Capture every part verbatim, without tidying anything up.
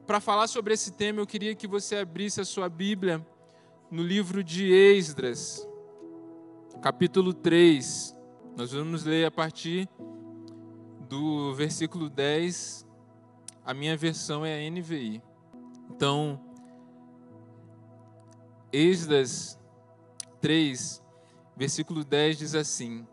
para falar sobre esse tema, eu queria que você abrisse a sua Bíblia no livro de Esdras, capítulo três. Nós vamos ler a partir do versículo dez. A minha versão é a N V I. Então, Esdras três, versículo dez diz assim: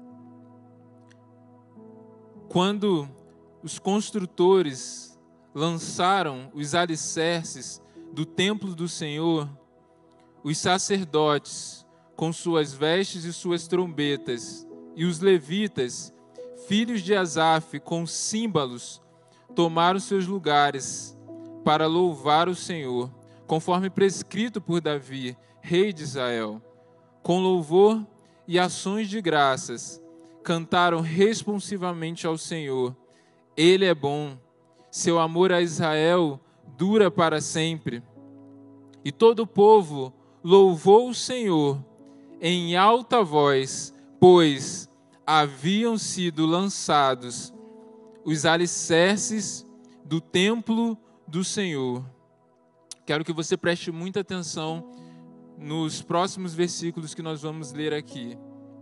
Quando os construtores lançaram os alicerces do templo do Senhor, os sacerdotes, com suas vestes e suas trombetas, e os levitas, filhos de Asaf, com símbolos, tomaram seus lugares para louvar o Senhor, conforme prescrito por Davi, rei de Israel. Com louvor e ações de graças, cantaram responsivamente ao Senhor. Ele é bom, seu amor a Israel dura para sempre. E todo o povo louvou o Senhor em alta voz, pois haviam sido lançados os alicerces do templo do Senhor. Quero que você preste muita atenção nos próximos versículos que nós vamos ler aqui.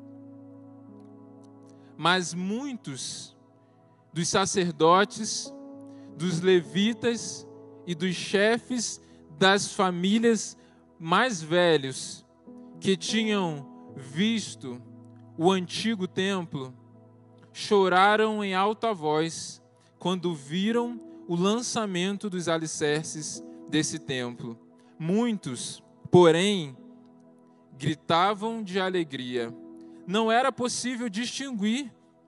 Mas muitos dos sacerdotes, dos levitas e dos chefes das famílias mais velhos que tinham visto o antigo templo, choraram em alta voz quando viram o lançamento dos alicerces desse templo. Muitos, porém, gritavam de alegria. Não era possível distinguir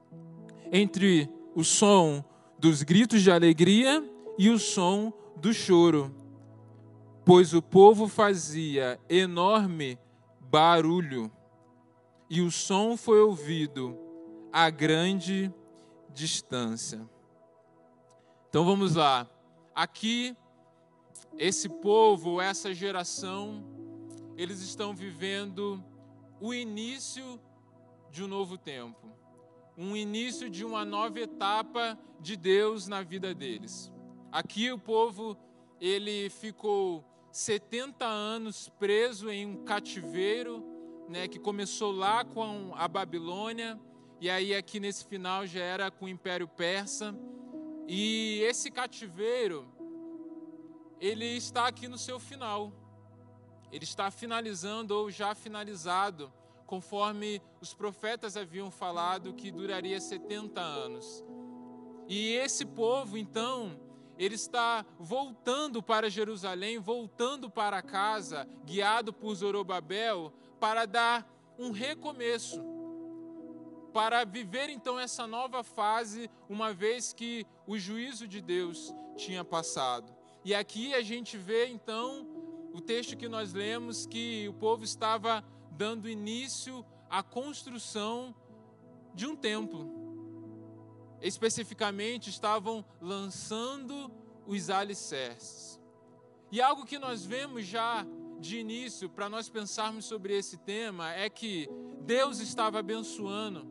entre o som dos gritos de alegria e o som do choro, pois o povo fazia enorme barulho, e o som foi ouvido a grande distância. Então vamos lá. Aqui, esse povo, essa geração, eles estão vivendo o início de um novo tempo. Um início de uma nova etapa de Deus na vida deles. Aqui o povo, ele ficou setenta anos preso em um cativeiro, né, que começou lá com a Babilônia, e aí aqui nesse final já era com o Império Persa. E esse cativeiro, ele está aqui no seu final. Ele está finalizando ou já finalizado, conforme os profetas haviam falado que duraria setenta anos. E esse povo, então, ele está voltando para Jerusalém, voltando para casa, guiado por Zorobabel, para dar um recomeço, para viver então essa nova fase, uma vez que o juízo de Deus tinha passado. E aqui a gente vê então o texto que nós lemos, que o povo estava dando início à construção de um templo. Especificamente, estavam lançando os alicerces. E algo que nós vemos já de início, para nós pensarmos sobre esse tema, é que Deus estava abençoando.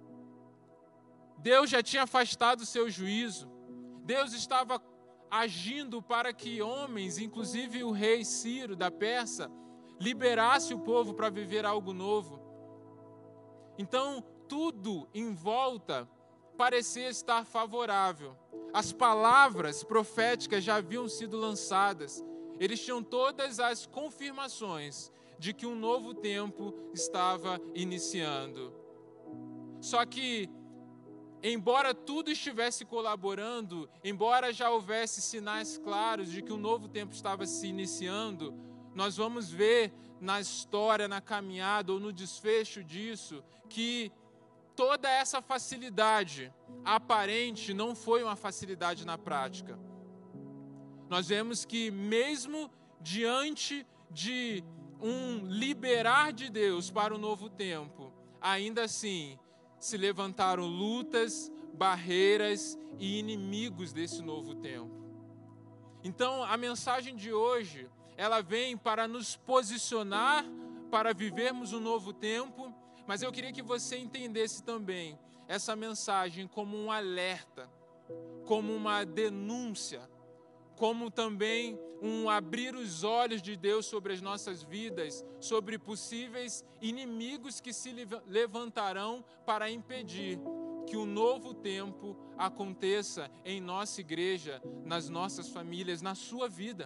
Deus já tinha afastado o seu juízo. Deus estava agindo para que homens, inclusive o rei Ciro da Pérsia, liberasse o povo para viver algo novo. Então, tudo em volta parecia estar favorável. As palavras proféticas já haviam sido lançadas. Eles tinham todas as confirmações de que um novo tempo estava iniciando. Só que, embora tudo estivesse colaborando, embora já houvesse sinais claros de que um novo tempo estava se iniciando, nós vamos ver na história, na caminhada ou no desfecho disso, que toda essa facilidade aparente não foi uma facilidade na prática. Nós vemos que mesmo diante de um liberar de Deus para o novo tempo, ainda assim se levantaram lutas, barreiras e inimigos desse novo tempo. Então, a mensagem de hoje, ela vem para nos posicionar para vivermos um novo tempo, mas eu queria que você entendesse também essa mensagem como um alerta, como uma denúncia, como também um abrir os olhos de Deus sobre as nossas vidas, sobre possíveis inimigos que se levantarão para impedir que um novo tempo aconteça em nossa igreja, nas nossas famílias, na sua vida.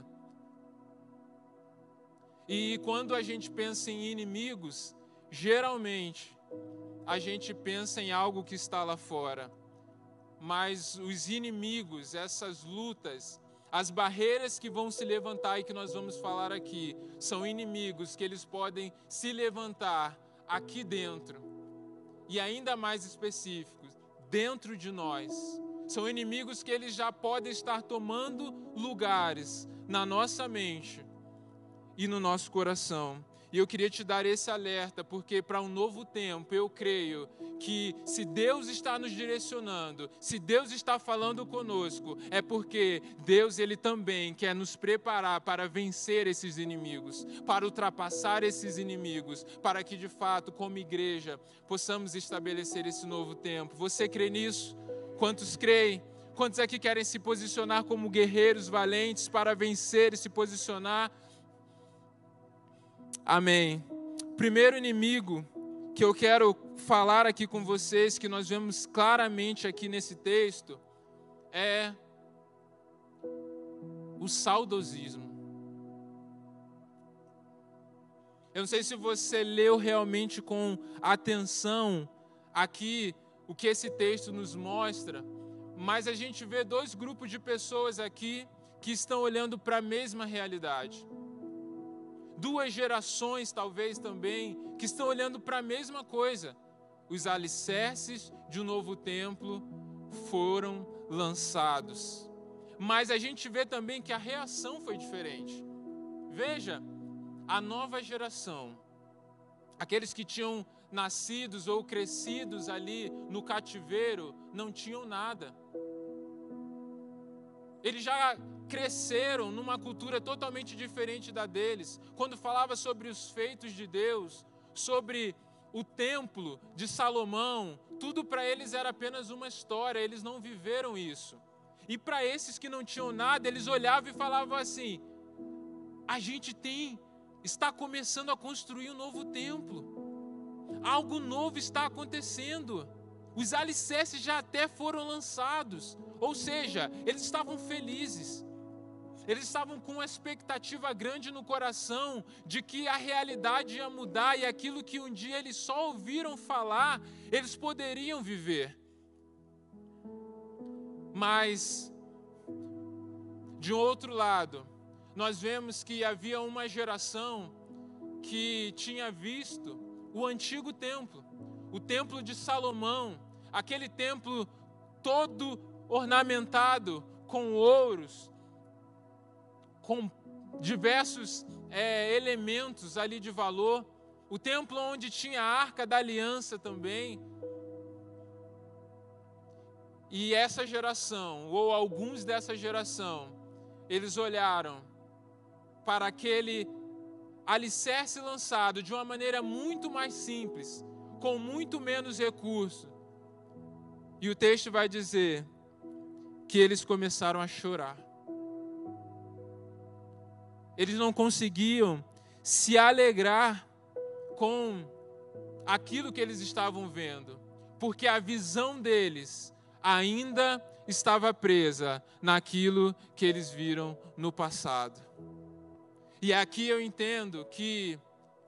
E quando a gente pensa em inimigos, geralmente a gente pensa em algo que está lá fora. Mas os inimigos, essas lutas, as barreiras que vão se levantar e que nós vamos falar aqui, são inimigos que eles podem se levantar aqui dentro. E ainda mais específicos, dentro de nós. São inimigos que eles já podem estar tomando lugares na nossa mente e no nosso coração. E eu queria te dar esse alerta, porque para um novo tempo, eu creio que se Deus está nos direcionando, se Deus está falando conosco, é porque Deus ele também quer nos preparar para vencer esses inimigos, para ultrapassar esses inimigos, para que de fato, como igreja, possamos estabelecer esse novo tempo. Você crê nisso? Quantos creem? Quantos aqui querem se posicionar como guerreiros valentes para vencer e se posicionar? Amém. Primeiro inimigo que eu quero falar aqui com vocês, que nós vemos claramente aqui nesse texto, é o saudosismo. Eu não sei se você leu realmente com atenção aqui o que esse texto nos mostra, mas a gente vê dois grupos de pessoas aqui que estão olhando para a mesma realidade. Duas gerações, talvez, também, que estão olhando para a mesma coisa. Os alicerces de um novo templo foram lançados. Mas a gente vê também que a reação foi diferente. Veja, a nova geração, aqueles que tinham nascidos ou crescidos ali no cativeiro, não tinham nada. Eles já cresceram numa cultura totalmente diferente da deles. Quando falava sobre os feitos de Deus, sobre o templo de Salomão, tudo para eles era apenas uma história, eles não viveram isso. E para esses que não tinham nada, eles olhavam e falavam assim: a gente tem, está começando a construir um novo templo. Algo novo está acontecendo. Os alicerces já até foram lançados. Ou seja, eles estavam felizes. Eles estavam com uma expectativa grande no coração de que a realidade ia mudar e aquilo que um dia eles só ouviram falar, eles poderiam viver. Mas, de outro lado, nós vemos que havia uma geração que tinha visto o antigo templo, o templo de Salomão, aquele templo todo ornamentado com ouros, com diversos é, elementos ali de valor, o templo onde tinha a Arca da Aliança também. E essa geração, ou alguns dessa geração, eles olharam para aquele alicerce lançado de uma maneira muito mais simples, com muito menos recurso. E o texto vai dizer que eles começaram a chorar. Eles não conseguiam se alegrar com aquilo que eles estavam vendo, porque a visão deles ainda estava presa naquilo que eles viram no passado. E aqui eu entendo que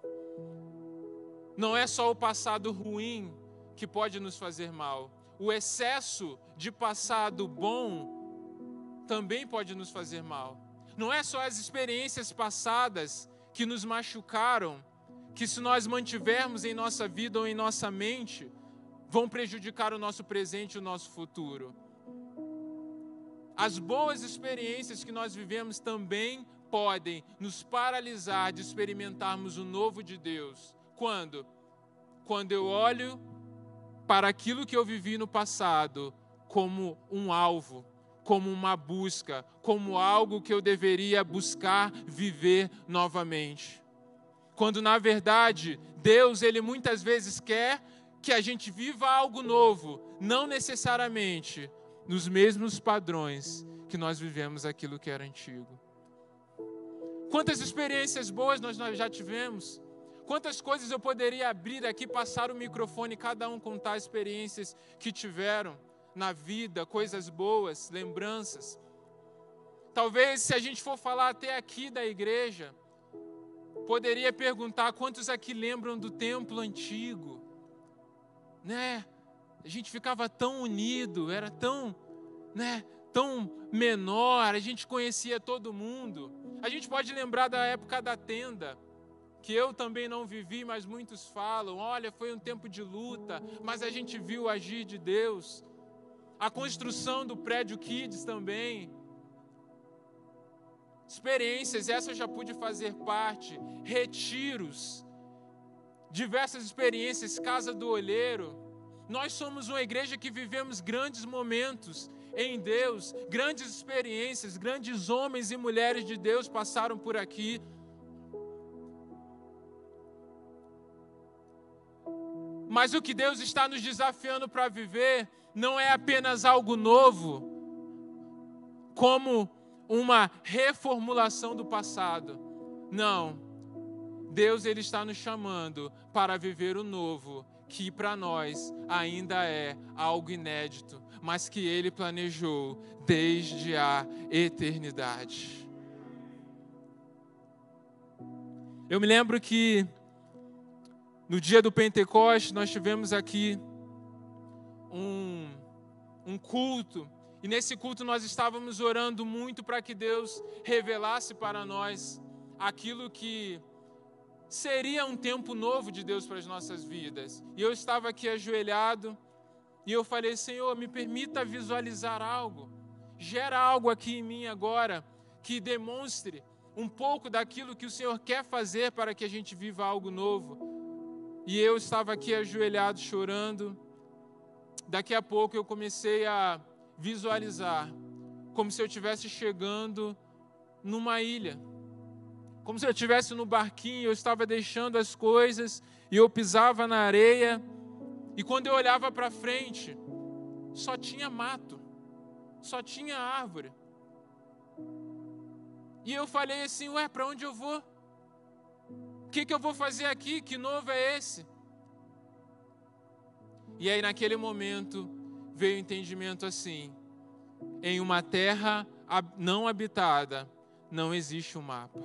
não é só o passado ruim que pode nos fazer mal. O excesso de passado bom também pode nos fazer mal. Não é só as experiências passadas que nos machucaram, que se nós mantivermos em nossa vida ou em nossa mente, vão prejudicar o nosso presente e o nosso futuro. As boas experiências que nós vivemos também podem nos paralisar de experimentarmos o novo de Deus. Quando? Quando eu olho para aquilo que eu vivi no passado como um alvo, como uma busca, como algo que eu deveria buscar viver novamente. Quando, na verdade, Deus, Ele muitas vezes quer que a gente viva algo novo, não necessariamente nos mesmos padrões que nós vivemos aquilo que era antigo. Quantas experiências boas nós já tivemos. Quantas coisas eu poderia abrir aqui, passar o microfone, cada um contar experiências que tiveram na vida, coisas boas, lembranças. Talvez, se a gente for falar até aqui da igreja, poderia perguntar quantos aqui lembram do templo antigo, né? A gente ficava tão unido, era tão, né, tão menor, a gente conhecia todo mundo. A gente pode lembrar da época da tenda, que eu também não vivi, mas muitos falam, olha, foi um tempo de luta, mas a gente viu o agir de Deus. A construção do prédio Kids também. Experiências, essa eu já pude fazer parte. Retiros, diversas experiências, Casa do Olheiro. Nós somos uma igreja que vivemos grandes momentos em Deus, grandes experiências, grandes homens e mulheres de Deus passaram por aqui. Mas o que Deus está nos desafiando para viver não é apenas algo novo, como uma reformulação do passado. Não. Deus ele está nos chamando para viver o novo, que para nós ainda é algo inédito, mas que Ele planejou desde a eternidade. Eu me lembro que no dia do Pentecostes nós tivemos aqui um, um culto, e nesse culto nós estávamos orando muito para que Deus revelasse para nós aquilo que seria um tempo novo de Deus para as nossas vidas. E eu estava aqui ajoelhado e eu falei, Senhor, me permita visualizar algo. Gera algo aqui em mim agora que demonstre um pouco daquilo que o Senhor quer fazer para que a gente viva algo novo. E eu estava aqui ajoelhado chorando. Daqui a pouco eu comecei a visualizar como se eu estivesse chegando numa ilha. Como se eu estivesse no barquinho, eu estava deixando as coisas e eu pisava na areia. E quando eu olhava para frente, só tinha mato, só tinha árvore. E eu falei assim, ué, para onde eu vou? O que, que eu vou fazer aqui? Que novo é esse? E aí naquele momento veio o entendimento assim, em uma terra não habitada não existe um mapa.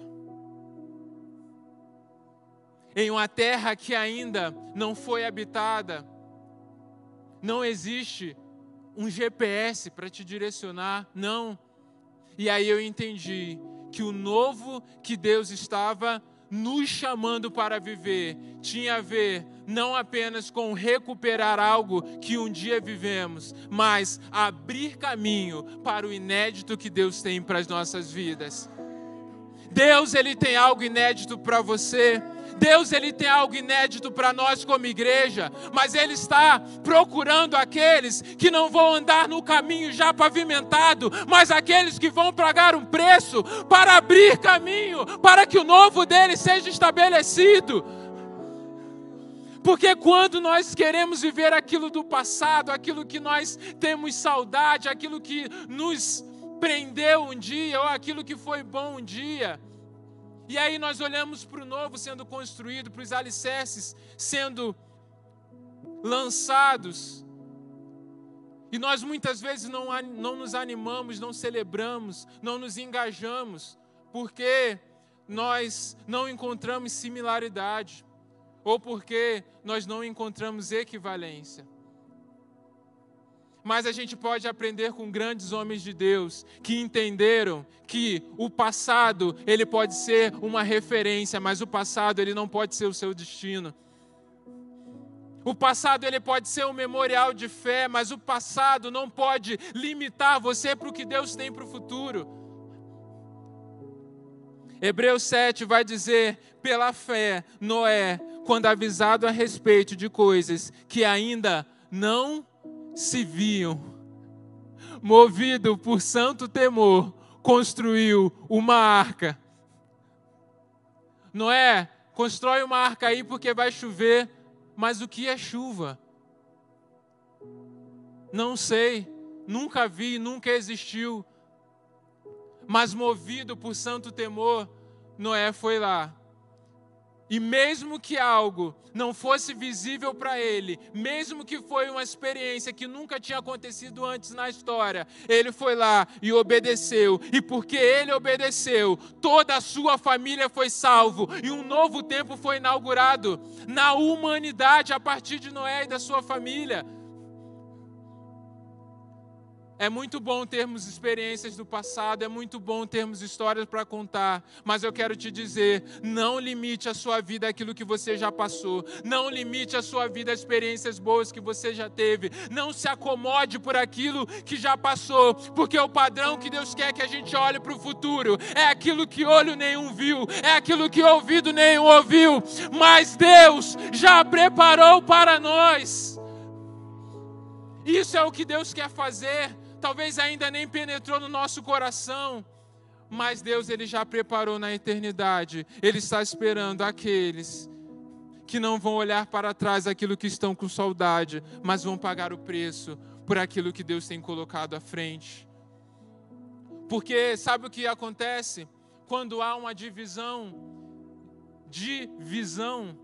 Em uma terra que ainda não foi habitada, não existe um G P S para te direcionar, não. E aí eu entendi que o novo que Deus estava nos chamando para viver tinha a ver não apenas com recuperar algo que um dia vivemos, mas abrir caminho para o inédito que Deus tem para as nossas vidas. Deus, Ele tem algo inédito para você. Deus, Ele tem algo inédito para nós como igreja, mas Ele está procurando aqueles que não vão andar no caminho já pavimentado, mas aqueles que vão pagar um preço para abrir caminho, para que o novo dele seja estabelecido. Porque quando nós queremos viver aquilo do passado, aquilo que nós temos saudade, aquilo que nos prendeu um dia, ou aquilo que foi bom um dia, e aí nós olhamos para o novo sendo construído, para os alicerces sendo lançados, e nós muitas vezes não, não nos animamos, não celebramos, não nos engajamos, porque nós não encontramos similaridade, ou porque nós não encontramos equivalência. Mas a gente pode aprender com grandes homens de Deus que entenderam que o passado ele pode ser uma referência, mas o passado ele não pode ser o seu destino. O passado ele pode ser um memorial de fé, mas o passado não pode limitar você para o que Deus tem para o futuro. Hebreus sete vai dizer, pela fé, Noé, quando avisado a respeito de coisas que ainda não se viam, movido por santo temor, construiu uma arca. Noé, constrói uma arca aí porque vai chover, mas o que é chuva? Não sei, nunca vi, nunca existiu. Mas movido por santo temor, Noé foi lá. E mesmo que algo não fosse visível para ele, mesmo que foi uma experiência que nunca tinha acontecido antes na história, ele foi lá e obedeceu. E porque ele obedeceu, toda a sua família foi salvo. E um novo tempo foi inaugurado na humanidade a partir de Noé e da sua família. É muito bom termos experiências do passado, é muito bom termos histórias para contar, mas eu quero te dizer, não limite a sua vida àquilo que você já passou, não limite a sua vida a experiências boas que você já teve, não se acomode por aquilo que já passou, porque o padrão que Deus quer que a gente olhe para o futuro é aquilo que olho nenhum viu, é aquilo que ouvido nenhum ouviu, mas Deus já preparou para nós. Isso é o que Deus quer fazer. Talvez ainda nem penetrou no nosso coração, mas Deus ele já preparou na eternidade. Ele está esperando aqueles que não vão olhar para trás aquilo que estão com saudade, mas vão pagar o preço por aquilo que Deus tem colocado à frente. Porque sabe o que acontece? Quando há uma divisão, divisão,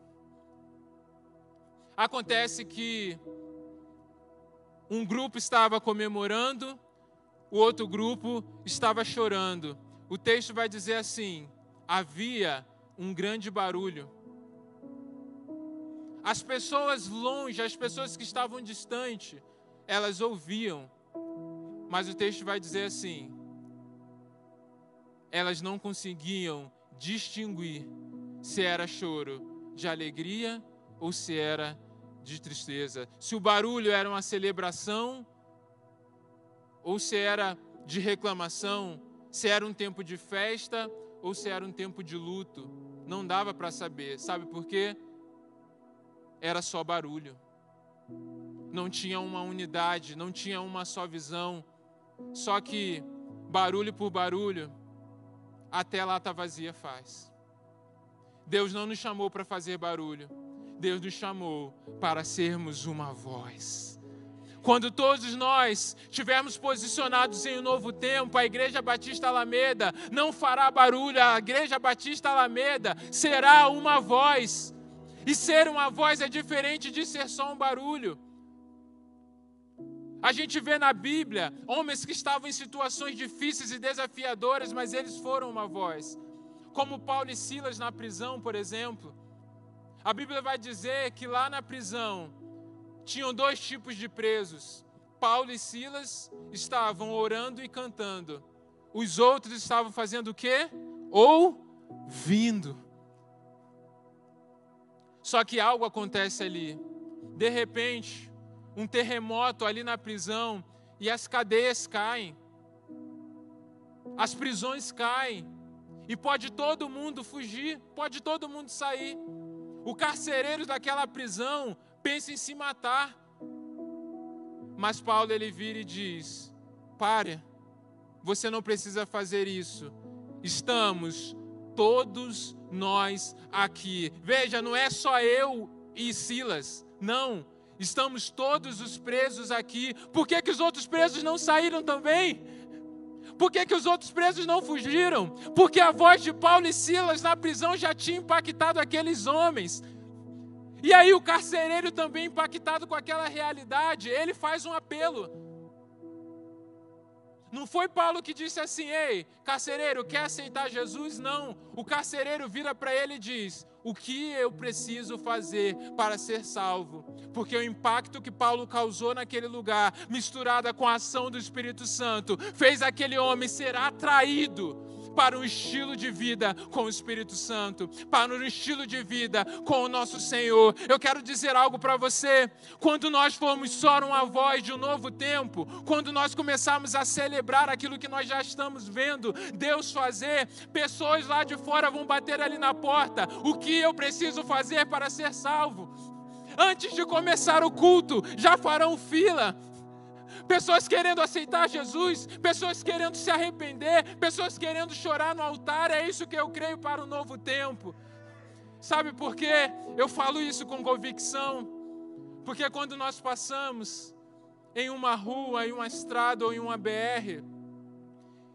acontece que um grupo estava comemorando, o outro grupo estava chorando. O texto vai dizer assim: havia um grande barulho. As pessoas longe, as pessoas que estavam distantes, elas ouviam. Mas o texto vai dizer assim: elas não conseguiam distinguir se era choro de alegria ou se era de tristeza, se o barulho era uma celebração ou se era de reclamação, se era um tempo de festa ou se era um tempo de luto. Não dava para saber. Sabe por quê? Era só barulho. Não tinha uma unidade, não tinha uma só visão. Só que barulho por barulho, até lata vazia faz. Deus não nos chamou para fazer barulho. Deus nos chamou para sermos uma voz. Quando todos nós estivermos posicionados em um novo tempo, a Igreja Batista Alameda não fará barulho, a Igreja Batista Alameda será uma voz. E ser uma voz é diferente de ser só um barulho. A gente vê na Bíblia homens que estavam em situações difíceis e desafiadoras, mas eles foram uma voz. Como Paulo e Silas na prisão, por exemplo. A Bíblia vai dizer que lá na prisão tinham dois tipos de presos. Paulo e Silas estavam orando e cantando. Os outros estavam fazendo o quê? Ouvindo. Só que algo acontece ali. De repente, um terremoto ali na prisão e as cadeias caem. As prisões caem. E pode todo mundo fugir, pode todo mundo sair. O carcereiro daquela prisão pensa em se matar. Mas Paulo ele vira e diz: pare, você não precisa fazer isso. Estamos todos nós aqui. Veja, não é só eu e Silas, não. Estamos todos os presos aqui. Por que que os outros presos não saíram também? Por que que os outros presos não fugiram? Porque a voz de Paulo e Silas na prisão já tinha impactado aqueles homens. E aí o carcereiro também impactado com aquela realidade, ele faz um apelo. Não foi Paulo que disse assim: ei, carcereiro, quer aceitar Jesus? Não. O carcereiro vira para ele e diz: o que eu preciso fazer para ser salvo? Porque o impacto que Paulo causou naquele lugar, misturada com a ação do Espírito Santo, fez aquele homem ser atraído para um estilo de vida com o Espírito Santo, para um estilo de vida com o nosso Senhor. Eu quero dizer algo para você: quando nós formos só uma voz de um novo tempo, quando nós começarmos a celebrar aquilo que nós já estamos vendo Deus fazer, pessoas lá de fora vão bater ali na porta: o que eu preciso fazer para ser salvo? Antes de começar o culto, já farão fila. Pessoas querendo aceitar Jesus, pessoas querendo se arrepender, pessoas querendo chorar no altar. É isso que eu creio para o novo tempo. Sabe por quê? Eu falo isso com convicção. Porque quando nós passamos em uma rua, em uma estrada ou em uma B R,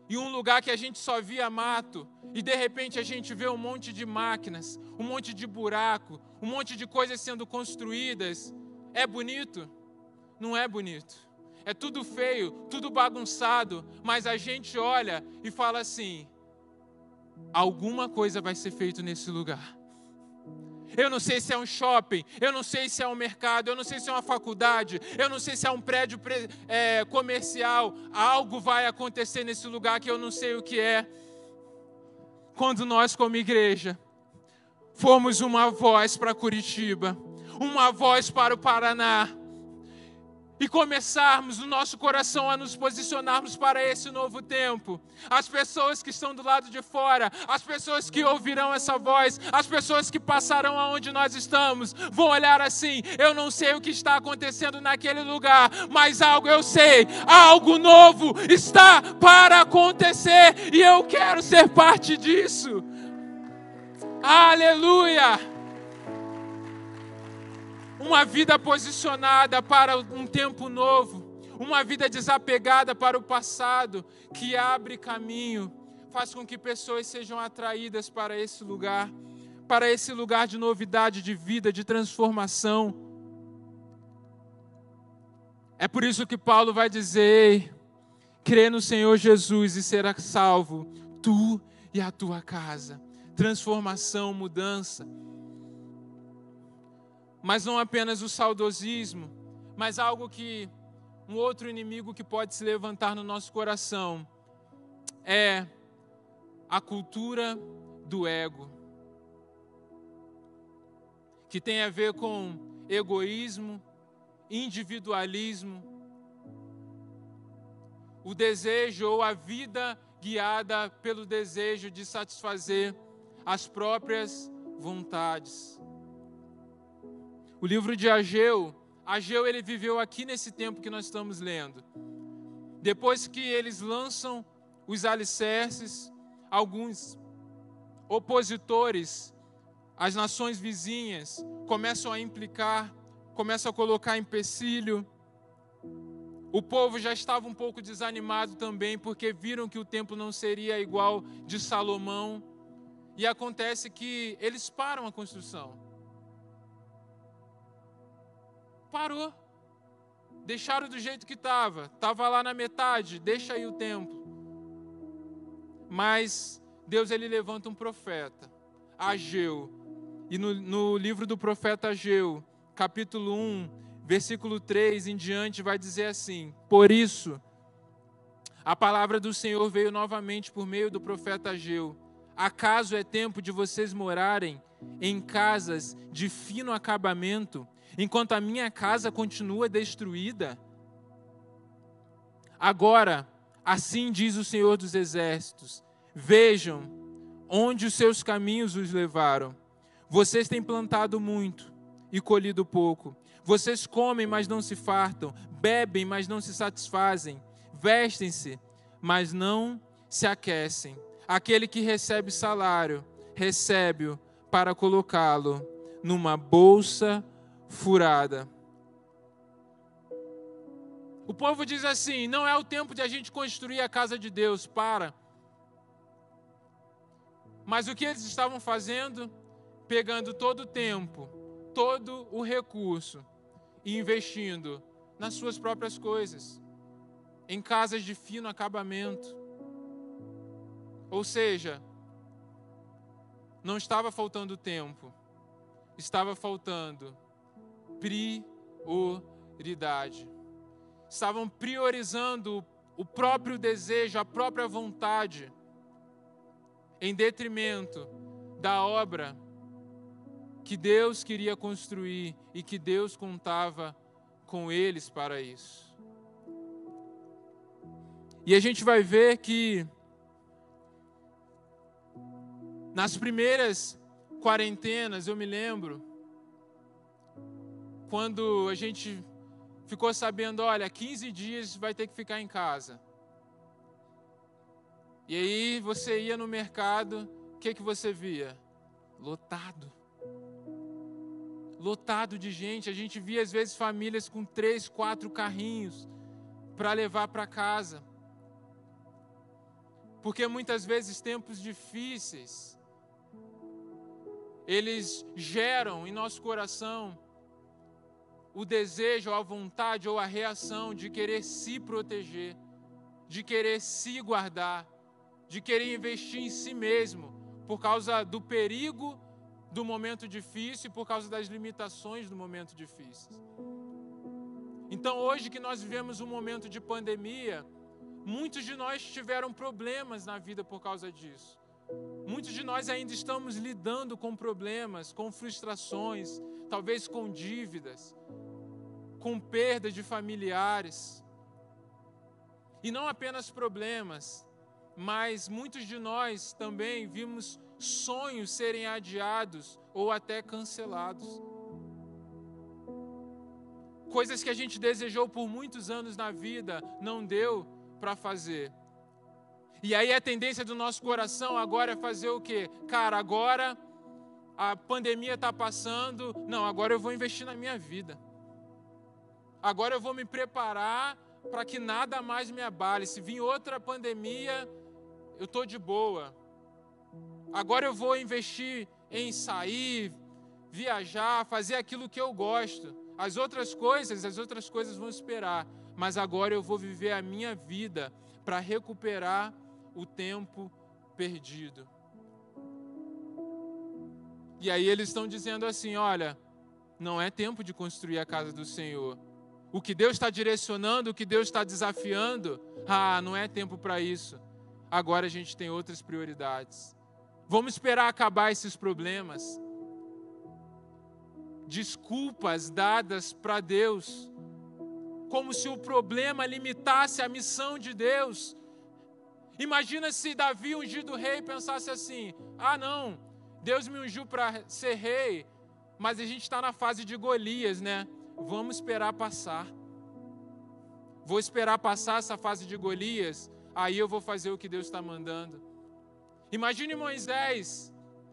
em um lugar que a gente só via mato, e de repente a gente vê um monte de máquinas, um monte de buraco, um monte de coisas sendo construídas. É bonito? Não é bonito. É tudo feio, tudo bagunçado, mas a gente olha e fala assim: alguma coisa vai ser feita nesse lugar. Eu não sei se é um shopping, eu não sei se é um mercado, eu não sei se é uma faculdade, eu não sei se é um prédio é, comercial. Algo vai acontecer nesse lugar que eu não sei o que é. Quando nós, como igreja, formos uma voz para Curitiba, uma voz para o Paraná, e começarmos no nosso coração a nos posicionarmos para esse novo tempo, as pessoas que estão do lado de fora, as pessoas que ouvirão essa voz, as pessoas que passarão aonde nós estamos, vão olhar assim: eu não sei o que está acontecendo naquele lugar, mas algo eu sei, algo novo está para acontecer, e eu quero ser parte disso. Aleluia! Uma vida posicionada para um tempo novo, uma vida desapegada para o passado, que abre caminho, faz com que pessoas sejam atraídas para esse lugar, para esse lugar de novidade, de vida, de transformação. É por isso que Paulo vai dizer: crê no Senhor Jesus e será salvo, tu e a tua casa. Transformação, mudança. Mas não apenas o saudosismo, mas algo que, um outro inimigo que pode se levantar no nosso coração, é a cultura do ego, que tem a ver com egoísmo, individualismo, o desejo ou a vida guiada pelo desejo de satisfazer as próprias vontades. O livro de Ageu, Ageu ele viveu aqui nesse tempo que nós estamos lendo. Depois que eles lançam os alicerces, alguns opositores, as nações vizinhas, começam a implicar, começam a colocar empecilho. O povo já estava um pouco desanimado também, porque viram que o templo não seria igual de Salomão. E acontece que eles param a construção. Parou. Deixaram do jeito que estava. Estava lá na metade, deixa aí o templo. Mas Deus ele levanta um profeta, Ageu. E no, no livro do profeta Ageu, capítulo um, versículo três em diante, vai dizer assim: por isso, a palavra do Senhor veio novamente por meio do profeta Ageu. Acaso é tempo de vocês morarem em casas de fino acabamento, enquanto a minha casa continua destruída? Agora, assim diz o Senhor dos Exércitos: vejam onde os seus caminhos os levaram. Vocês têm plantado muito e colhido pouco. Vocês comem, mas não se fartam. Bebem, mas não se satisfazem. Vestem-se, mas não se aquecem. Aquele que recebe salário, recebe-o para colocá-lo numa bolsa furada. O povo diz assim: não é o tempo de a gente construir a casa de Deus, para. Mas o que eles estavam fazendo? Pegando todo o tempo, todo o recurso e investindo nas suas próprias coisas, em casas de fino acabamento. Ou seja, não estava faltando tempo, estava faltando prioridade. Estavam priorizando o próprio desejo, a própria vontade, em detrimento da obra que Deus queria construir e que Deus contava com eles para isso. E a gente vai ver que nas primeiras quarentenas, eu me lembro, quando a gente ficou sabendo, olha, quinze dias vai ter que ficar em casa. E aí você ia no mercado, o que que você via? Lotado. Lotado de gente. A gente via às vezes famílias com três, quatro carrinhos para levar para casa. Porque muitas vezes tempos difíceis, eles geram em nosso coração o desejo, ou a vontade, ou a reação de querer se proteger, de querer se guardar, de querer investir em si mesmo, por causa do perigo do momento difícil e por causa das limitações do momento difícil. Então, hoje que nós vivemos um momento de pandemia, muitos de nós tiveram problemas na vida por causa disso. Muitos de nós ainda estamos lidando com problemas, com frustrações, talvez com dívidas, com perda de familiares. E não apenas problemas, mas muitos de nós também vimos sonhos serem adiados ou até cancelados. Coisas que a gente desejou por muitos anos na vida, não deu para fazer. E aí a tendência do nosso coração agora é fazer o quê? Cara, agora a pandemia está passando, não, agora eu vou investir na minha vida. Agora eu vou me preparar para que nada mais me abale. Se vir outra pandemia, eu estou de boa. Agora eu vou investir em sair, viajar, fazer aquilo que eu gosto. As outras coisas, as outras coisas vão esperar. Mas agora eu vou viver a minha vida para recuperar o tempo perdido. E aí eles estão dizendo assim, olha, não é tempo de construir a casa do Senhor. O que Deus está direcionando, o que Deus está desafiando, ah, não é tempo para isso. Agora a gente tem outras prioridades. Vamos esperar acabar esses problemas. Desculpas dadas para Deus, como se o problema limitasse a missão de Deus. Imagina se Davi, ungido rei, pensasse assim, ah não, Deus me ungiu para ser rei, mas a gente está na fase de Golias, né? Vamos esperar passar. Vou esperar passar essa fase de Golias, aí eu vou fazer o que Deus está mandando. Imagine Moisés.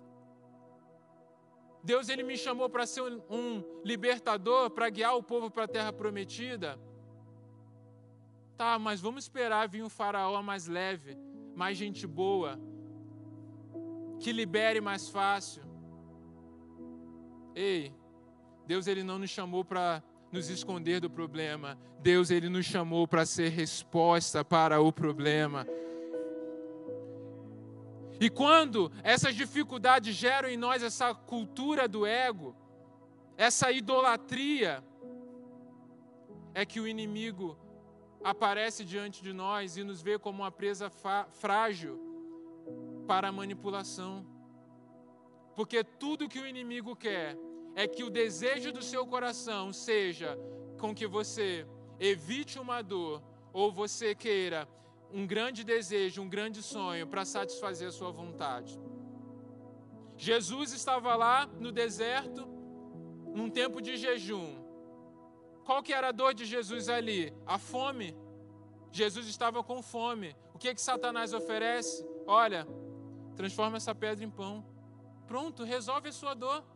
Deus ele me chamou para ser um, um libertador, para guiar o povo para a terra prometida. Tá, mas vamos esperar vir um faraó mais leve, mais gente boa, que libere mais fácil. Ei, Deus ele não nos chamou para nos esconder do problema. Deus ele nos chamou para ser resposta para o problema. E quando essas dificuldades geram em nós essa cultura do ego, essa idolatria, é que o inimigo aparece diante de nós e nos vê como uma presa frágil para a manipulação. Porque tudo que o inimigo quer é que o desejo do seu coração seja com que você evite uma dor ou você queira um grande desejo, um grande sonho para satisfazer a sua vontade. Jesus estava lá no deserto, num tempo de jejum. Qual que era a dor de Jesus ali? A fome. Jesus estava com fome. O que que Satanás oferece? Olha, transforma essa pedra em pão. Pronto, resolve a sua dor.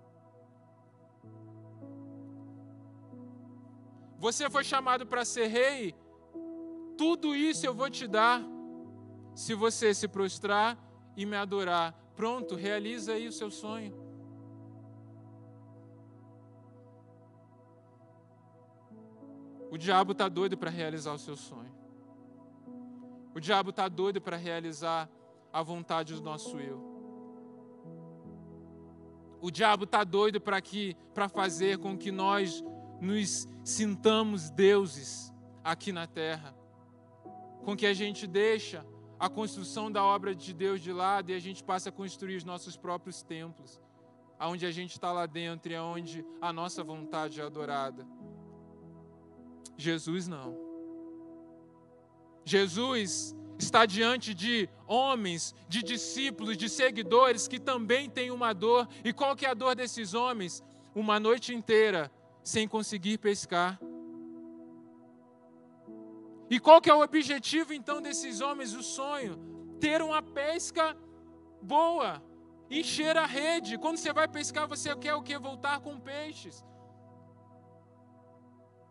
Você foi chamado para ser rei, tudo isso eu vou te dar, se você se prostrar e me adorar. Pronto, realiza aí o seu sonho. O diabo está doido para realizar o seu sonho. O diabo está doido para realizar a vontade do nosso eu. O diabo está doido para que, para fazer com que nós nos sintamos deuses aqui na terra. Com que a gente deixa a construção da obra de Deus de lado e a gente passa a construir os nossos próprios templos, onde a gente está lá dentro e onde a nossa vontade é adorada. Jesus não. Jesus está diante de homens, de discípulos, de seguidores que também têm uma dor. E qual que é a dor desses homens? Uma noite inteira sem conseguir pescar. E qual que é o objetivo então desses homens? O sonho, ter uma pesca boa, encher a rede. Quando você vai pescar, você quer o quê? Voltar com peixes.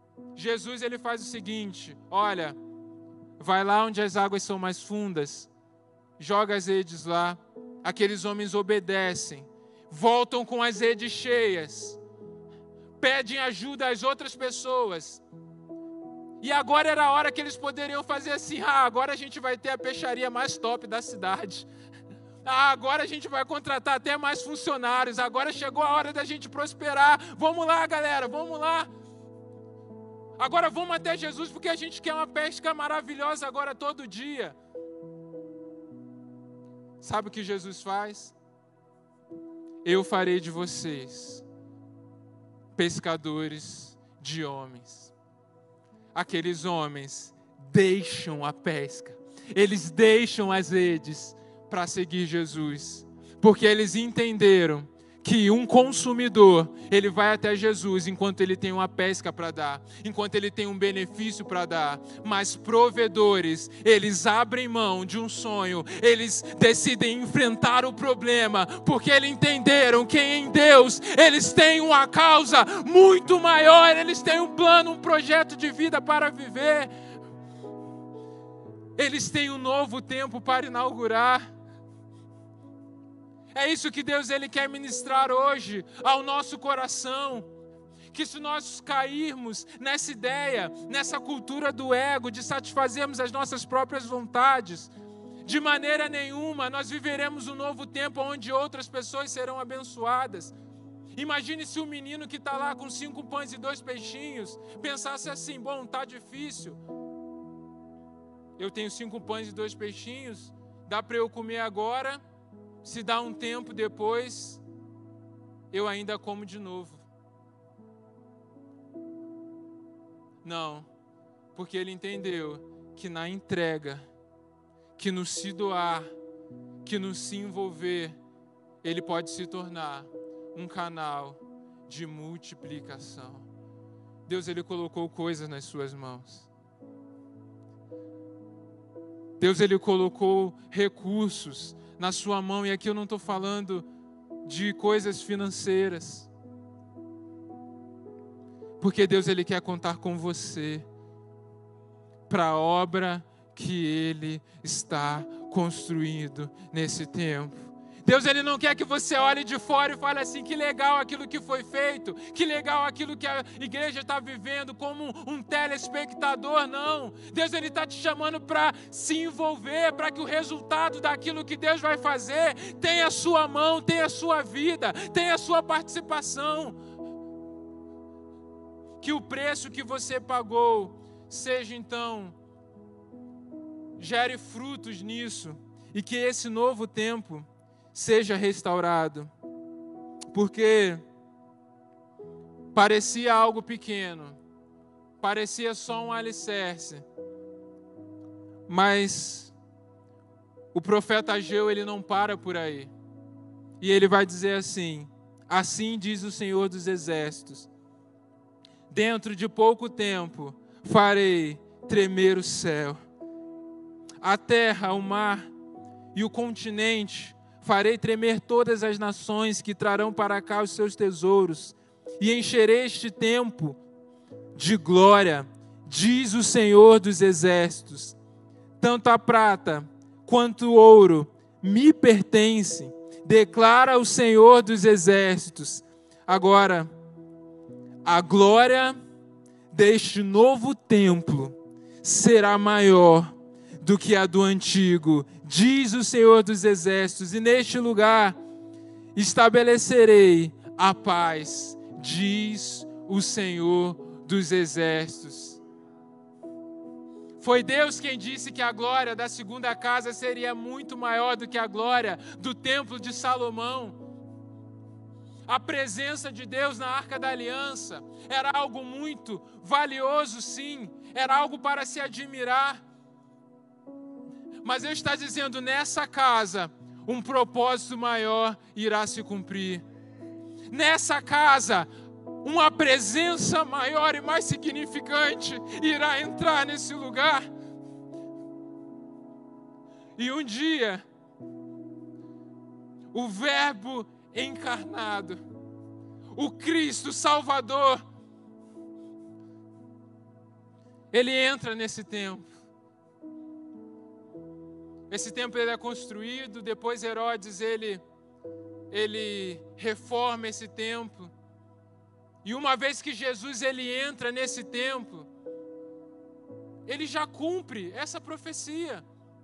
Jesus ele faz o seguinte, olha, vai lá onde as águas são mais fundas, joga as redes lá. Aqueles homens obedecem, voltam com as redes cheias, pedem ajuda às outras pessoas. E agora era a hora que eles poderiam fazer assim: ah, agora a gente vai ter a peixaria mais top da cidade. Ah, agora a gente vai contratar até mais funcionários. Agora chegou a hora da gente prosperar. Vamos lá, galera, vamos lá. Agora vamos até Jesus, porque a gente quer uma pesca maravilhosa agora todo dia. Sabe o que Jesus faz? Eu farei de vocês pescadores de homens. Aqueles homens deixam a pesca, eles deixam as redes para seguir Jesus, porque eles entenderam que um consumidor, ele vai até Jesus enquanto ele tem uma pesca para dar, enquanto ele tem um benefício para dar, mas provedores, eles abrem mão de um sonho, eles decidem enfrentar o problema, porque eles entenderam que em Deus eles têm uma causa muito maior, eles têm um plano, um projeto de vida para viver, eles têm um novo tempo para inaugurar. É isso que Deus ele quer ministrar hoje ao nosso coração. Que se nós cairmos nessa ideia, nessa cultura do ego, de satisfazermos as nossas próprias vontades, de maneira nenhuma nós viveremos um novo tempo onde outras pessoas serão abençoadas. Imagine se um menino que está lá com cinco pães e dois peixinhos pensasse assim: bom, está difícil. Eu tenho cinco pães e dois peixinhos, dá para eu comer agora. Se dá um tempo depois, eu ainda como de novo. Não, porque ele entendeu que na entrega, que no se doar, que no se envolver, ele pode se tornar um canal de multiplicação. Deus ele colocou coisas nas suas mãos. Deus ele colocou recursos na sua mão, e aqui eu não estou falando de coisas financeiras, porque Deus ele quer contar com você para a obra que Ele está construindo nesse tempo. Deus ele não quer que você olhe de fora e fale assim: que legal aquilo que foi feito, que legal aquilo que a igreja está vivendo, como um telespectador. Não, Deus ele está te chamando para se envolver, para que o resultado daquilo que Deus vai fazer tenha a sua mão, tenha a sua vida, tenha a sua participação. Que o preço que você pagou seja então, gere frutos nisso, e que esse novo tempo seja restaurado, porque parecia algo pequeno, parecia só um alicerce, mas o profeta Ageu ele não para por aí, e ele vai dizer assim: assim diz o Senhor dos Exércitos, dentro de pouco tempo farei tremer o céu, a terra, o mar e o continente. Farei tremer todas as nações que trarão para cá os seus tesouros, e encherei este tempo de glória, diz o Senhor dos Exércitos. Tanto a prata quanto o ouro me pertencem, declara o Senhor dos Exércitos. Agora, a glória deste novo templo será maior do que a do antigo, diz o Senhor dos Exércitos, e neste lugar estabelecerei a paz, diz o Senhor dos Exércitos. Foi Deus quem disse que a glória da segunda casa seria muito maior do que a glória do templo de Salomão. A presença de Deus na Arca da Aliança era algo muito valioso, sim, era algo para se admirar. Mas Ele está dizendo: nessa casa, um propósito maior irá se cumprir. Nessa casa, uma presença maior e mais significante irá entrar nesse lugar. E um dia, o Verbo encarnado, o Cristo Salvador, Ele entra nesse tempo. Esse templo ele é construído, depois Herodes ele, ele reforma esse templo. E uma vez que Jesus ele entra nesse templo, ele já cumpre essa profecia.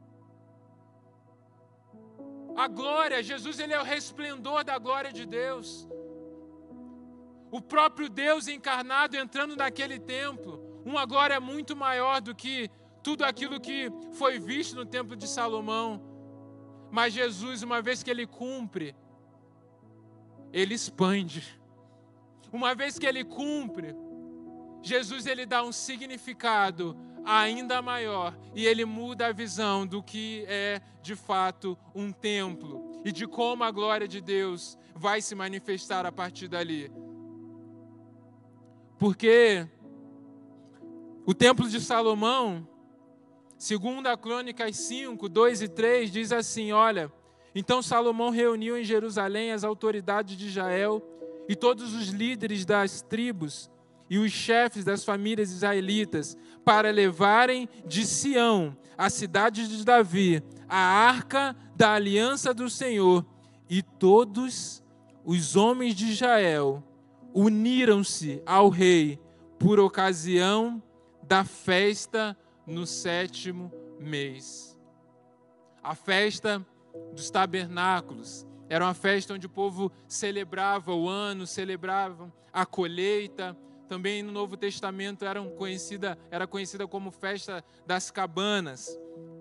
A glória, Jesus ele é o resplendor da glória de Deus. O próprio Deus encarnado entrando naquele templo, uma glória muito maior do que tudo aquilo que foi visto no templo de Salomão. Mas Jesus, uma vez que ele cumpre, ele expande. Uma vez que ele cumpre, Jesus ele dá um significado ainda maior e ele muda a visão do que é de fato um templo e de como a glória de Deus vai se manifestar a partir dali. Porque o templo de Salomão, segundo a Crônicas cinco, dois e três, diz assim, olha, então Salomão reuniu em Jerusalém as autoridades de Israel e todos os líderes das tribos e os chefes das famílias israelitas para levarem de Sião, a cidade de Davi, a arca da aliança do Senhor. E todos os homens de Israel uniram-se ao rei por ocasião da festa no sétimo mês. A festa dos tabernáculos era uma festa onde o povo celebrava o ano, celebrava a colheita. Também no Novo Testamento era conhecida, era conhecida como festa das cabanas.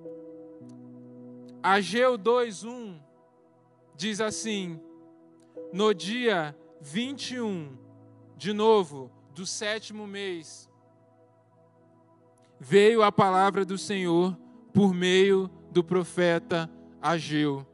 Ageu dois, um diz assim, no dia vinte e um, de novo, do sétimo mês, veio a palavra do Senhor por meio do profeta Ageu.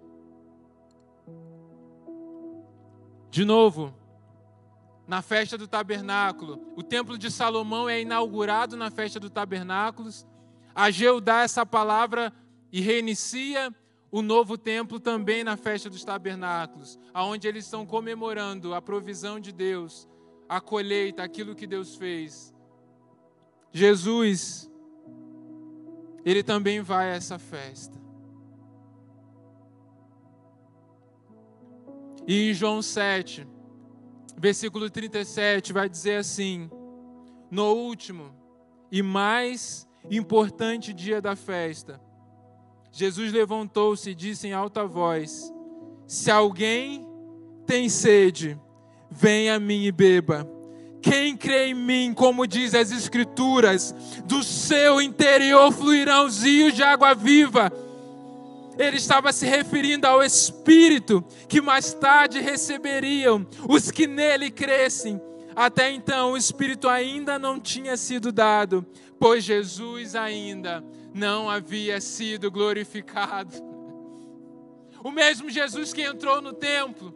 De novo, na festa do tabernáculo, o templo de Salomão é inaugurado na festa do tabernáculo. Ageu dá essa palavra e reinicia o novo templo também na festa dos tabernáculos, onde eles estão comemorando a provisão de Deus, a colheita, aquilo que Deus fez. Jesus, ele também vai a essa festa. E em João sete, versículo trinta e sete, vai dizer assim, no último e mais importante dia da festa, Jesus levantou-se e disse em alta voz, se alguém tem sede, venha a mim e beba. Quem crê em mim, como diz as Escrituras, do seu interior fluirão os rios de água viva. Ele estava se referindo ao Espírito que mais tarde receberiam os que nele crescem. Até então o Espírito ainda não tinha sido dado, pois Jesus ainda não havia sido glorificado. O mesmo Jesus que entrou no templo,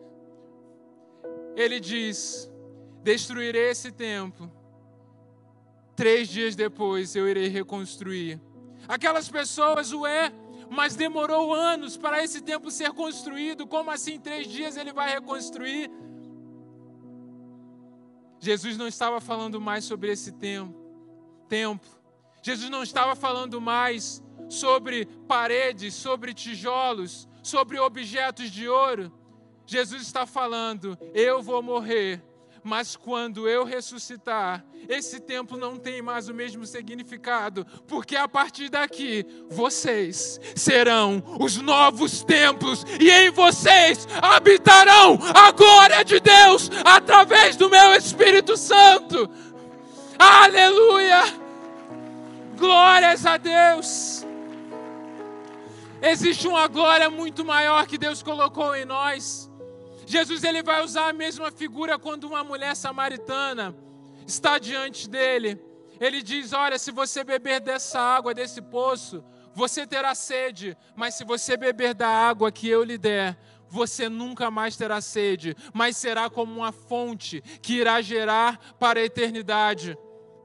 ele diz, destruirei esse templo, três dias depois eu irei reconstruir. Aquelas pessoas, ué, mas demorou anos para esse templo ser construído, como assim em três dias ele vai reconstruir? Jesus não estava falando mais sobre esse templo. templo. Jesus não estava falando mais sobre paredes, sobre tijolos, sobre objetos de ouro. Jesus está falando, eu vou morrer, mas quando eu ressuscitar, esse templo não tem mais o mesmo significado, porque a partir daqui, vocês serão os novos templos, e em vocês habitarão a glória de Deus, através do meu Espírito Santo. Aleluia! Glórias a Deus! Existe uma glória muito maior que Deus colocou em nós. Jesus ele vai usar a mesma figura quando uma mulher samaritana está diante dele. Ele diz, olha, se você beber dessa água, desse poço, você terá sede. Mas se você beber da água que eu lhe der, você nunca mais terá sede. Mas será como uma fonte que irá gerar para a eternidade.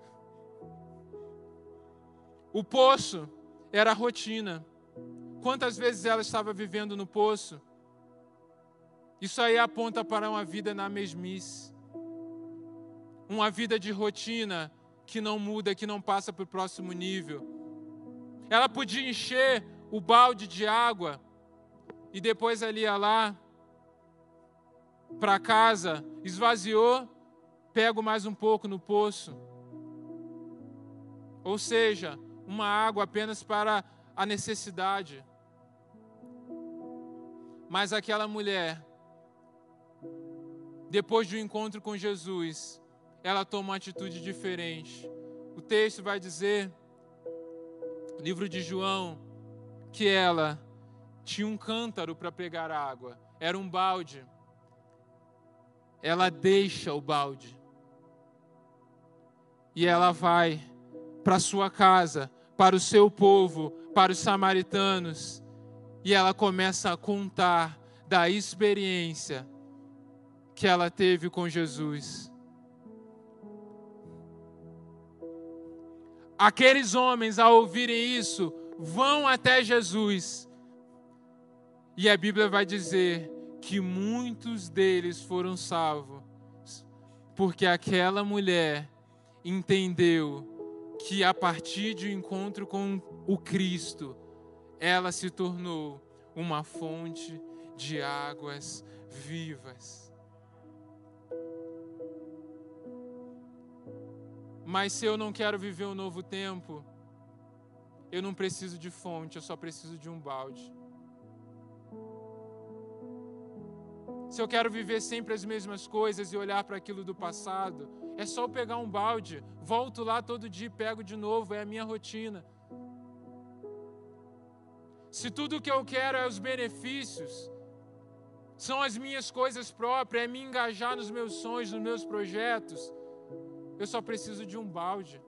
O poço era a rotina. Quantas vezes ela estava vivendo no poço? Isso aí aponta para uma vida na mesmice. Uma vida de rotina que não muda, que não passa para o próximo nível. Ela podia encher o balde de água e depois ali ia lá para casa, esvaziou, pego mais um pouco no poço. Ou seja, uma água apenas para a necessidade. Mas aquela mulher, depois do encontro com Jesus, ela toma uma atitude diferente. O texto vai dizer, livro de João, que ela tinha um cântaro para pegar água, era um balde. Ela deixa o balde e ela vai para sua casa, para o seu povo, para os samaritanos, e ela começa a contar da experiência que ela teve com Jesus. Aqueles homens, ao ouvirem isso, vão até Jesus. E a Bíblia vai dizer que muitos deles foram salvos, porque aquela mulher entendeu que a partir de um encontro com o Cristo, ela se tornou uma fonte de águas vivas. Mas se eu não quero viver um novo tempo, eu não preciso de fonte, eu só preciso de um balde. Se eu quero viver sempre as mesmas coisas e olhar para aquilo do passado, é só eu pegar um balde, volto lá todo dia e pego de novo, é a minha rotina. Se tudo que eu quero é os benefícios, são as minhas coisas próprias, é me engajar nos meus sonhos, nos meus projetos, eu só preciso de um balde.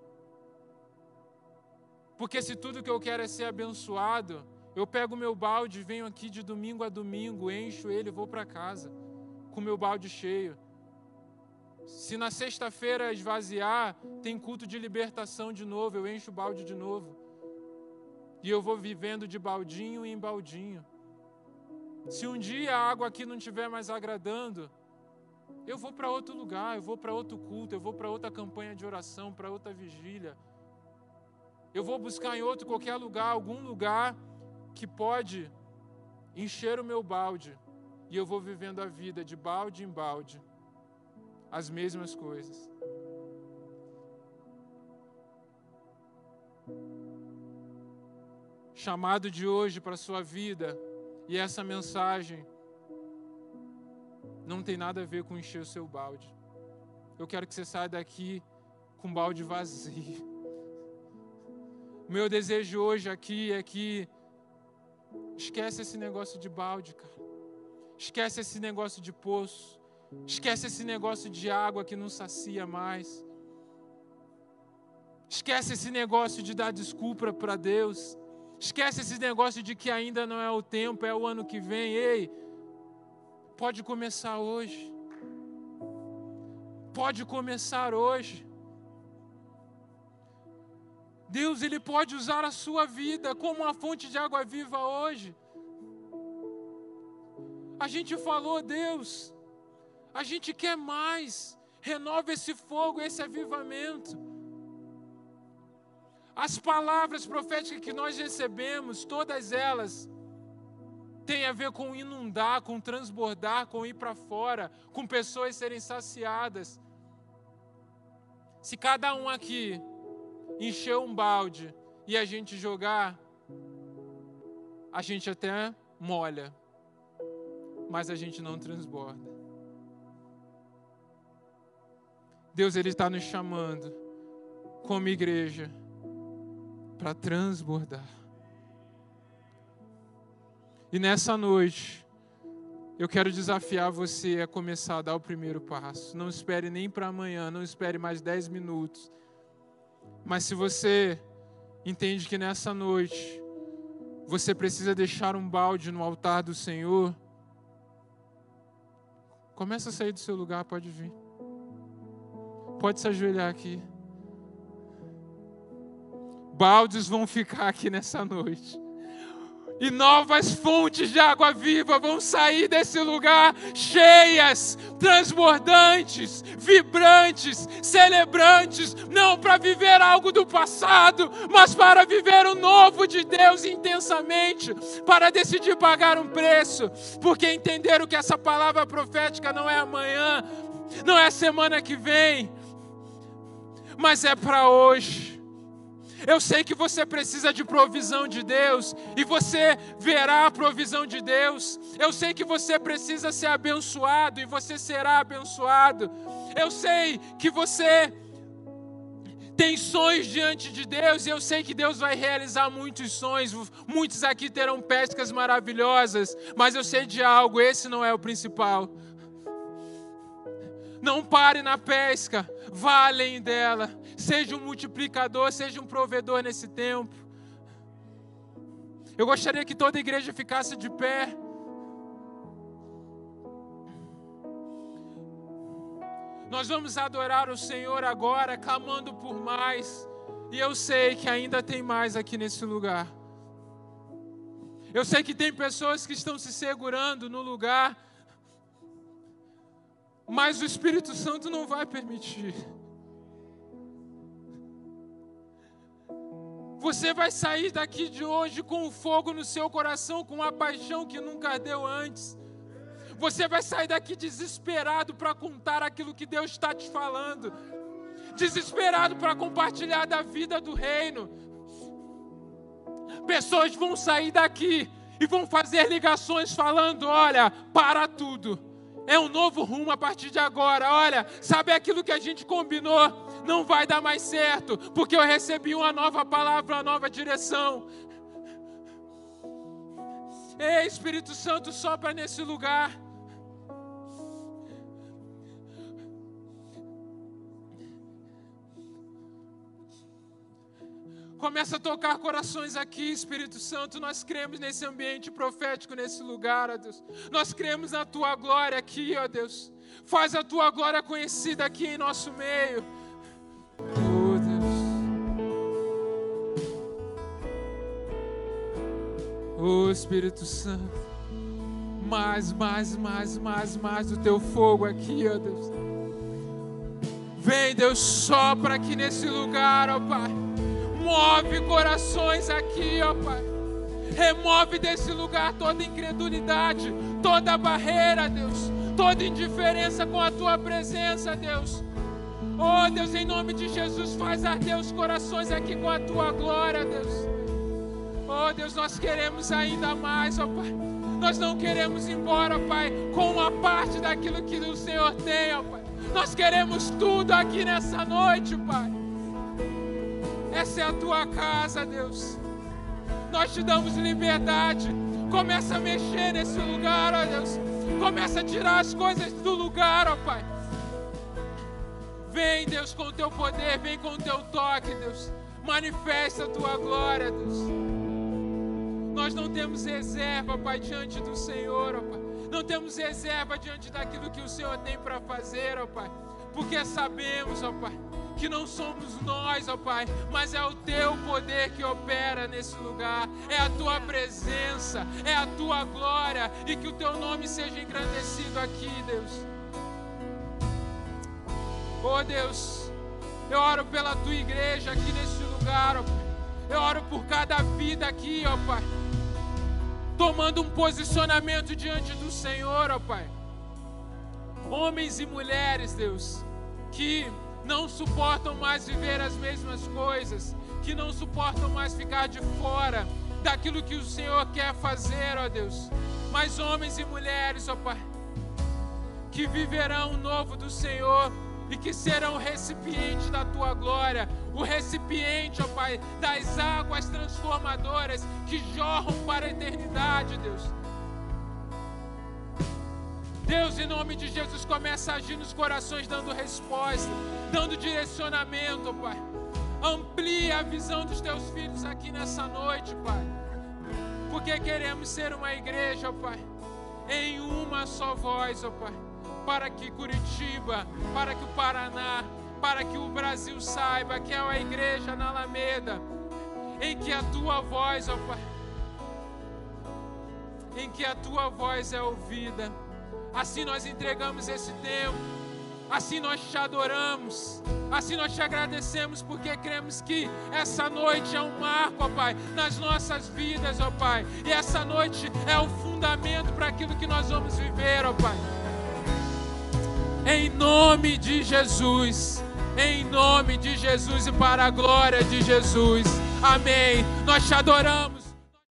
Porque se tudo que eu quero é ser abençoado, eu pego o meu balde, venho aqui de domingo a domingo, encho ele e vou para casa com o meu balde cheio. Se na sexta-feira esvaziar, tem culto de libertação de novo, eu encho o balde de novo. E eu vou vivendo de baldinho em baldinho. Se um dia a água aqui não estiver mais agradando, eu vou para outro lugar, eu vou para outro culto, eu vou para outra campanha de oração, para outra vigília. Eu vou buscar em outro qualquer lugar, algum lugar que pode encher o meu balde. E eu vou vivendo a vida de balde em balde, as mesmas coisas. Chamado de hoje para a sua vida, e essa mensagem não tem nada a ver com encher o seu balde. Eu quero que você saia daqui com o balde vazio. O meu desejo hoje aqui é que esquece esse negócio de balde, cara. Esquece esse negócio de poço. Esquece esse negócio de água que não sacia mais. Esquece esse negócio de dar desculpa para Deus. Esquece esse negócio de que ainda não é o tempo, é o ano que vem. Ei, pode começar hoje. Pode começar hoje. Deus, Ele pode usar a sua vida como uma fonte de água viva hoje. A gente falou, Deus, a gente quer mais. Renova esse fogo, esse avivamento. As palavras proféticas que nós recebemos, todas elas, têm a ver com inundar, com transbordar, com ir para fora, com pessoas serem saciadas. Se cada um aqui encher um balde e a gente jogar, a gente até molha, mas a gente não transborda. Deus, Ele está nos chamando como igreja para transbordar. E nessa noite, eu quero desafiar você a começar a dar o primeiro passo. Não espere nem para amanhã, não espere mais dez minutos. Mas se você entende que nessa noite você precisa deixar um balde no altar do Senhor, começa a sair do seu lugar, pode vir. Pode se ajoelhar aqui. Baldes vão ficar aqui nessa noite. E novas fontes de água viva vão sair desse lugar cheias, transbordantes, vibrantes, celebrantes, não para viver algo do passado, mas para viver o novo de Deus intensamente, para decidir pagar um preço, porque entenderam que essa palavra profética não é amanhã, não é semana que vem, mas é para hoje. Eu sei que você precisa de provisão de Deus e você verá a provisão de Deus. Eu sei que você precisa ser abençoado e você será abençoado. Eu sei que você tem sonhos diante de Deus e eu sei que Deus vai realizar muitos sonhos. Muitos aqui terão pescas maravilhosas, mas eu sei de algo, esse não é o principal. Não pare na pesca, vá além dela. Seja um multiplicador, seja um provedor nesse tempo. Eu gostaria que toda a igreja ficasse de pé. Nós vamos adorar o Senhor agora, clamando por mais. E eu sei que ainda tem mais aqui nesse lugar. Eu sei que tem pessoas que estão se segurando no lugar, mas o Espírito Santo não vai permitir. Você vai sair daqui de hoje com um fogo no seu coração, com uma paixão que nunca ardeu antes. Você vai sair daqui desesperado para contar aquilo que Deus está te falando. Desesperado para compartilhar da vida do reino. Pessoas vão sair daqui e vão fazer ligações falando, olha, para tudo. É um novo rumo a partir de agora. Olha, sabe aquilo que a gente combinou? Não vai dar mais certo, porque eu recebi uma nova palavra, uma nova direção. Ei, Espírito Santo, sopra nesse lugar. Começa a tocar corações aqui, Espírito Santo. Nós cremos nesse ambiente profético, nesse lugar, ó Deus. Nós cremos na Tua glória aqui, ó Deus. Faz a Tua glória conhecida aqui em nosso meio. Oh, Deus. Oh, Espírito Santo. Mais, mais, mais, mais, mais do Teu fogo aqui, ó Deus. Vem, Deus, sopra aqui nesse lugar, ó Pai. Move corações aqui, ó Pai. Remove desse lugar toda incredulidade, toda barreira, Deus. Toda indiferença com a Tua presença, Deus. Oh, Deus, em nome de Jesus, faz arder os corações aqui com a Tua glória, Deus. Oh, Deus, nós queremos ainda mais, ó Pai. Nós não queremos ir embora, ó Pai, com uma parte daquilo que o Senhor tem, ó Pai. Nós queremos tudo aqui nessa noite, Pai. Essa é a Tua casa, Deus. Nós te damos liberdade. Começa a mexer nesse lugar, ó Deus. Começa a tirar as coisas do lugar, ó Pai. Vem, Deus, com o Teu poder. Vem com o Teu toque, Deus. Manifesta a Tua glória, Deus. Nós não temos reserva, Pai, diante do Senhor, ó Pai. Não temos reserva diante daquilo que o Senhor tem para fazer, ó Pai. Porque sabemos, ó Pai, que não somos nós, ó Pai, mas é o Teu poder que opera nesse lugar, é a Tua presença, é a Tua glória, e que o Teu nome seja engrandecido aqui, Deus. Oh Deus, eu oro pela Tua igreja aqui nesse lugar, ó Pai. Eu oro por cada vida aqui, ó Pai, tomando um posicionamento diante do Senhor, ó Pai. Homens e mulheres, Deus, que não suportam mais viver as mesmas coisas, que não suportam mais ficar de fora daquilo que o Senhor quer fazer, ó Deus. Mas homens e mulheres, ó Pai, que viverão o novo do Senhor e que serão recipientes da Tua glória, o recipiente, ó Pai, das águas transformadoras que jorram para a eternidade, Deus. Deus, em nome de Jesus, começa a agir nos corações, dando resposta, dando direcionamento, Pai. Amplia a visão dos Teus filhos aqui nessa noite, Pai. Porque queremos ser uma igreja, Pai, em uma só voz, ó Pai. Para que Curitiba, para que o Paraná, para que o Brasil saiba que é uma igreja na Alameda, em que a Tua voz, ó Pai, em que a tua voz é ouvida. Assim nós entregamos esse tempo, assim nós te adoramos, assim nós te agradecemos, porque cremos que essa noite é um marco, ó Pai, nas nossas vidas, ó Pai, e essa noite é o fundamento para aquilo que nós vamos viver, ó Pai. Em nome de Jesus, em nome de Jesus e para a glória de Jesus. Amém. Nós te adoramos.